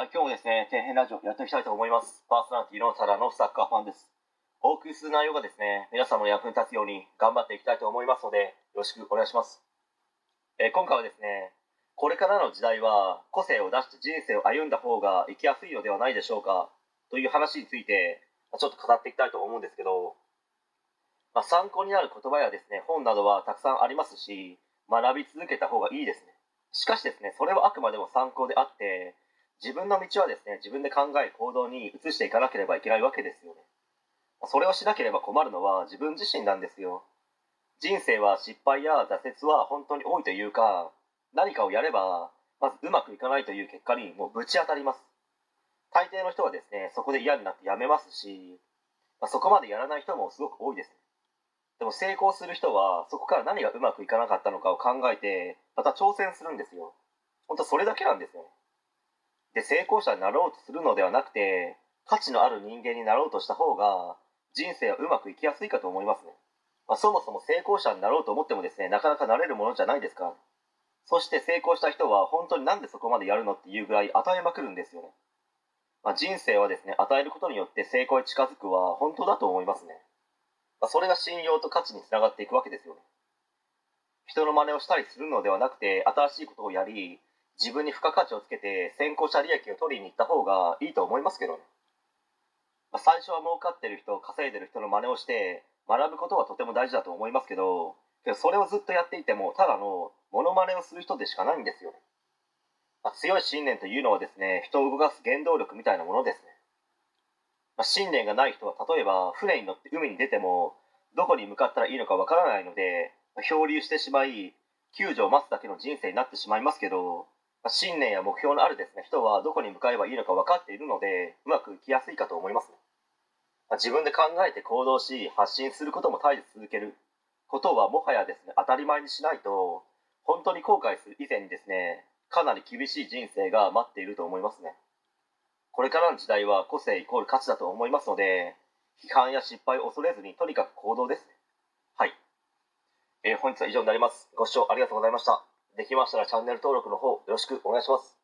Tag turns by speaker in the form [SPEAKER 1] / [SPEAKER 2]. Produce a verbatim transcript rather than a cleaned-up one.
[SPEAKER 1] はい、今日もですね、底辺ラジオやっていきたいと思います。パーソナリティのただのサッカーファンです。お送りする内容がですね、皆様の役に立つように頑張っていきたいと思いますので、よろしくお願いします。えー今回はですね、これからの時代は個性を出して人生を歩んだ方が生きやすいのではないでしょうかという話について、まあちょっと語っていきたいと思うんですけど、まあ、参考になる言葉やですね、本などはたくさんありますし、学び続けた方がいいですね。しかしですね、それはあくまでも参考であって、自分の道はですね、自分で考え行動に移していかなければいけないわけですよね。それをしなければ困るのは自分自身なんですよ。人生は失敗や挫折は本当に多いというか、何かをやれば、まずうまくいかないという結果にもうぶち当たります。大抵の人はですね、そこで嫌になってやめますし、まあ、そこまでやらない人もすごく多いです。でも成功する人はそこから何がうまくいかなかったのかを考えて、また挑戦するんですよ。本当それだけなんですよね。で、成功者になろうとするのではなくて、価値のある人間になろうとした方が、人生はうまくいきやすいかと思いますね。まあ、そもそも成功者になろうと思ってもですね、なかなかなれるものじゃないですから、ね。そして成功した人は本当になんでそこまでやるのっていうぐらい与えまくるんですよね。まあ、人生はですね、与えることによって成功に近づくは本当だと思いますね。まあ、それが信用と価値につながっていくわけですよね。人の真似をしたりするのではなくて、新しいことをやり、自分に付加価値をつけて先行者利益を取りに行った方がいいと思いますけどね。まあ、最初は儲かってる人、稼いでる人の真似をして学ぶことはとても大事だと思いますけど、けどそれをずっとやっていてもただのモノマネをする人でしかないんですよね。まあ、強い信念というのはですね、人を動かす原動力みたいなものですね。まあ、信念がない人は例えば船に乗って海に出てもどこに向かったらいいのかわからないので、まあ漂流してしまい救助を待つだけの人生になってしまいますけど、まあ信念や目標のあるですね人はどこに向かえばいいのか分かっているのでうまくいきやすいかと思いますね。まあ、自分で考えて行動し発信することも絶えず続けることはもはやですね当たり前にしないと、本当に後悔する以前にですね、かなり厳しい人生が待っていると思いますね。これからの時代は個性イコール価値だと思いますので、批判や失敗を恐れずにとにかく行動ですね。はい、えー本日は以上になります。ご視聴ありがとうございました。できましたらチャンネル登録の方よろしくお願いします。